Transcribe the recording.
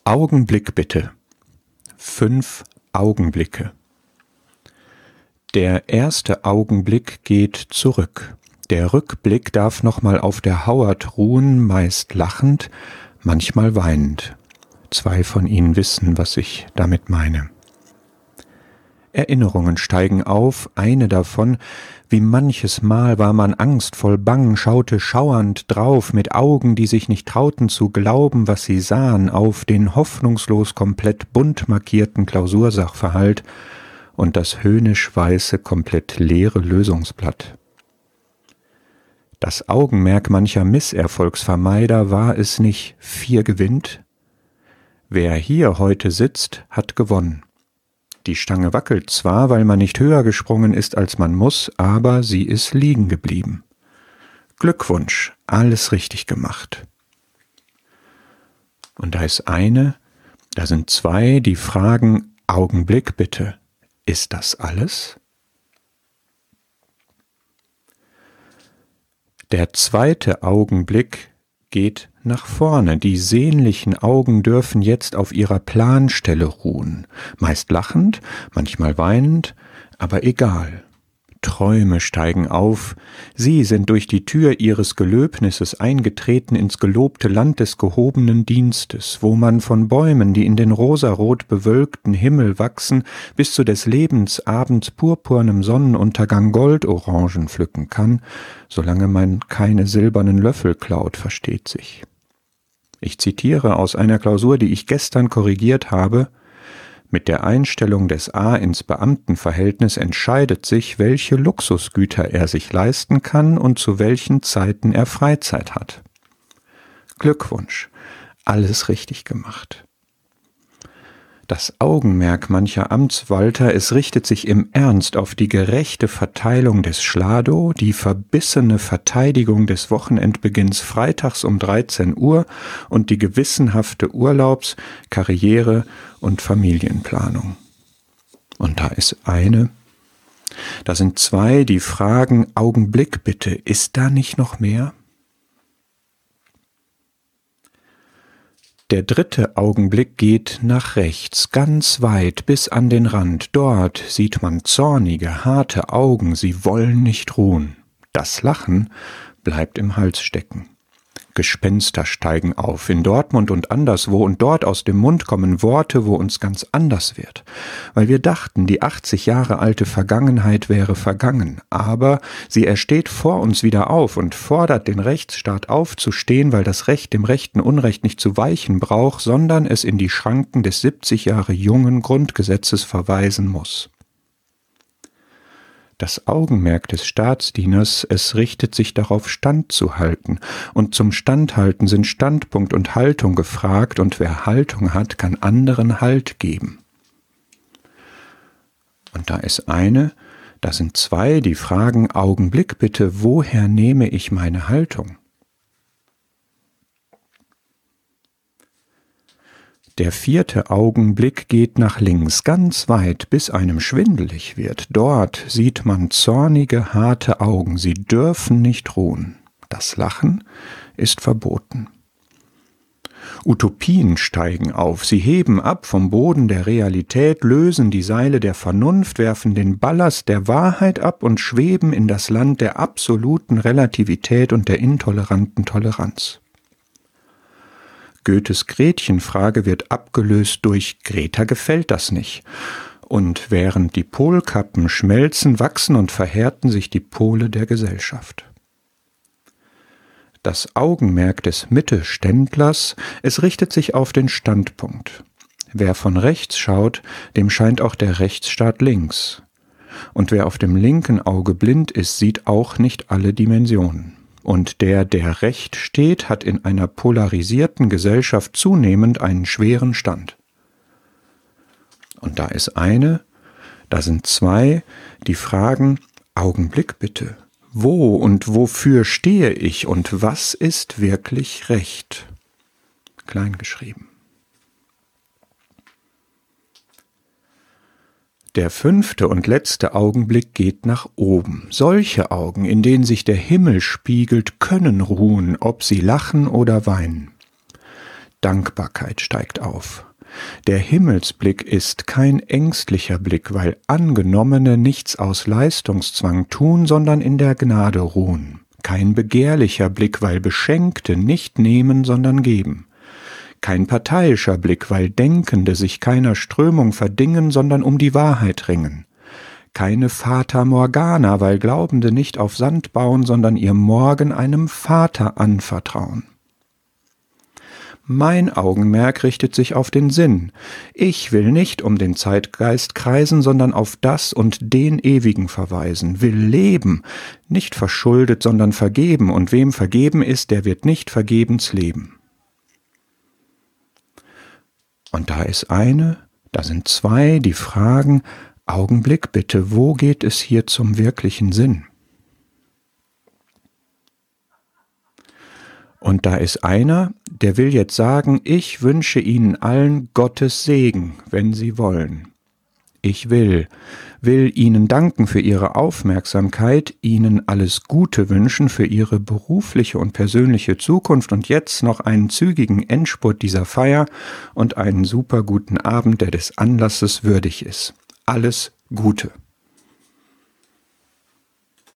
Augenblick bitte. 5 Augenblicke. Der erste Augenblick geht zurück. Der Rückblick darf nochmal auf der Hauert ruhen, meist lachend, manchmal weinend. 2 von Ihnen wissen, was ich damit meine. Erinnerungen steigen auf, eine davon, wie manches Mal war man angstvoll bang, schaute schauernd drauf, mit Augen, die sich nicht trauten zu glauben, was sie sahen, auf den hoffnungslos komplett bunt markierten Klausursachverhalt und das höhnisch weiße, komplett leere Lösungsblatt. Das Augenmerk mancher Misserfolgsvermeider war es nicht, 4 gewinnt. Wer hier heute sitzt, hat gewonnen. Die Stange wackelt zwar, weil man nicht höher gesprungen ist, als man muss, aber sie ist liegen geblieben. Glückwunsch, alles richtig gemacht. Und da ist eine, da sind 2, die fragen, Augenblick bitte, ist das alles? Der zweite Augenblick geht nach vorne. Die sehnlichen Augen dürfen jetzt auf ihrer Planstelle ruhen. Meist lachend, manchmal weinend, aber egal. Träume steigen auf. Sie sind durch die Tür ihres Gelöbnisses eingetreten ins gelobte Land des gehobenen Dienstes, wo man von Bäumen, die in den rosarot bewölkten Himmel wachsen, bis zu des Lebens abends purpurnem Sonnenuntergang Goldorangen pflücken kann, solange man keine silbernen Löffel klaut, versteht sich. Ich zitiere aus einer Klausur, die ich gestern korrigiert habe: Mit der Einstellung des A ins Beamtenverhältnis entscheidet sich, welche Luxusgüter er sich leisten kann und zu welchen Zeiten er Freizeit hat. Glückwunsch, alles richtig gemacht. Das Augenmerk mancher Amtswalter, es richtet sich im Ernst auf die gerechte Verteilung des Schlado, die verbissene Verteidigung des Wochenendbeginns freitags um 13 Uhr und die gewissenhafte Urlaubs-, Karriere- und Familienplanung. Und da ist eine, da sind 2, die fragen, Augenblick bitte, ist da nicht noch mehr? Der dritte Augenblick geht nach rechts, ganz weit, bis an den Rand. Dort sieht man zornige, harte Augen, sie wollen nicht ruhen. Das Lachen bleibt im Hals stecken. Gespenster steigen auf, in Dortmund und anderswo, und dort aus dem Mund kommen Worte, wo uns ganz anders wird. Weil wir dachten, die 80 Jahre alte Vergangenheit wäre vergangen, aber sie ersteht vor uns wieder auf und fordert den Rechtsstaat aufzustehen, weil das Recht dem rechten Unrecht nicht zu weichen braucht, sondern es in die Schranken des 70 Jahre jungen Grundgesetzes verweisen muss. Das Augenmerk des Staatsdieners, es richtet sich darauf, standzuhalten, und zum Standhalten sind Standpunkt und Haltung gefragt, und wer Haltung hat, kann anderen Halt geben. Und da ist eine, da sind 2, die fragen, Augenblick bitte, woher nehme ich meine Haltung? Der 4. Augenblick geht nach links, ganz weit, bis einem schwindelig wird. Dort sieht man zornige, harte Augen, sie dürfen nicht ruhen. Das Lachen ist verboten. Utopien steigen auf, sie heben ab vom Boden der Realität, lösen die Seile der Vernunft, werfen den Ballast der Wahrheit ab und schweben in das Land der absoluten Relativität und der intoleranten Toleranz. Goethes Gretchenfrage wird abgelöst durch Greta gefällt das nicht. Und während die Polkappen schmelzen, wachsen und verhärten sich die Pole der Gesellschaft. Das Augenmerk des Mittelständlers, es richtet sich auf den Standpunkt. Wer von rechts schaut, dem scheint auch der Rechtsstaat links. Und wer auf dem linken Auge blind ist, sieht auch nicht alle Dimensionen. Und der Recht steht, hat in einer polarisierten Gesellschaft zunehmend einen schweren Stand. Und da ist eine, da sind 2, die fragen, Augenblick bitte, wo und wofür stehe ich und was ist wirklich Recht? Klein geschrieben. Der 5. und letzte Augenblick geht nach oben. Solche Augen, in denen sich der Himmel spiegelt, können ruhen, ob sie lachen oder weinen. Dankbarkeit steigt auf. Der Himmelsblick ist kein ängstlicher Blick, weil Angenommene nichts aus Leistungszwang tun, sondern in der Gnade ruhen. Kein begehrlicher Blick, weil Beschenkte nicht nehmen, sondern geben. Kein parteiischer Blick, weil Denkende sich keiner Strömung verdingen, sondern um die Wahrheit ringen. Keine Fata Morgana, weil Glaubende nicht auf Sand bauen, sondern ihr Morgen einem Vater anvertrauen. Mein Augenmerk richtet sich auf den Sinn. Ich will nicht um den Zeitgeist kreisen, sondern auf das und den Ewigen verweisen, will leben, nicht verschuldet, sondern vergeben, und wem vergeben ist, der wird nicht vergebens leben. Und da sind zwei, die fragen, Augenblick bitte, wo geht es hier zum wirklichen Sinn? Und da ist einer, der will jetzt sagen, ich wünsche Ihnen allen Gottes Segen, wenn Sie wollen. Ich will Ihnen danken für Ihre Aufmerksamkeit, Ihnen alles Gute wünschen für Ihre berufliche und persönliche Zukunft und jetzt noch einen zügigen Endspurt dieser Feier und einen super guten Abend, der des Anlasses würdig ist. Alles Gute.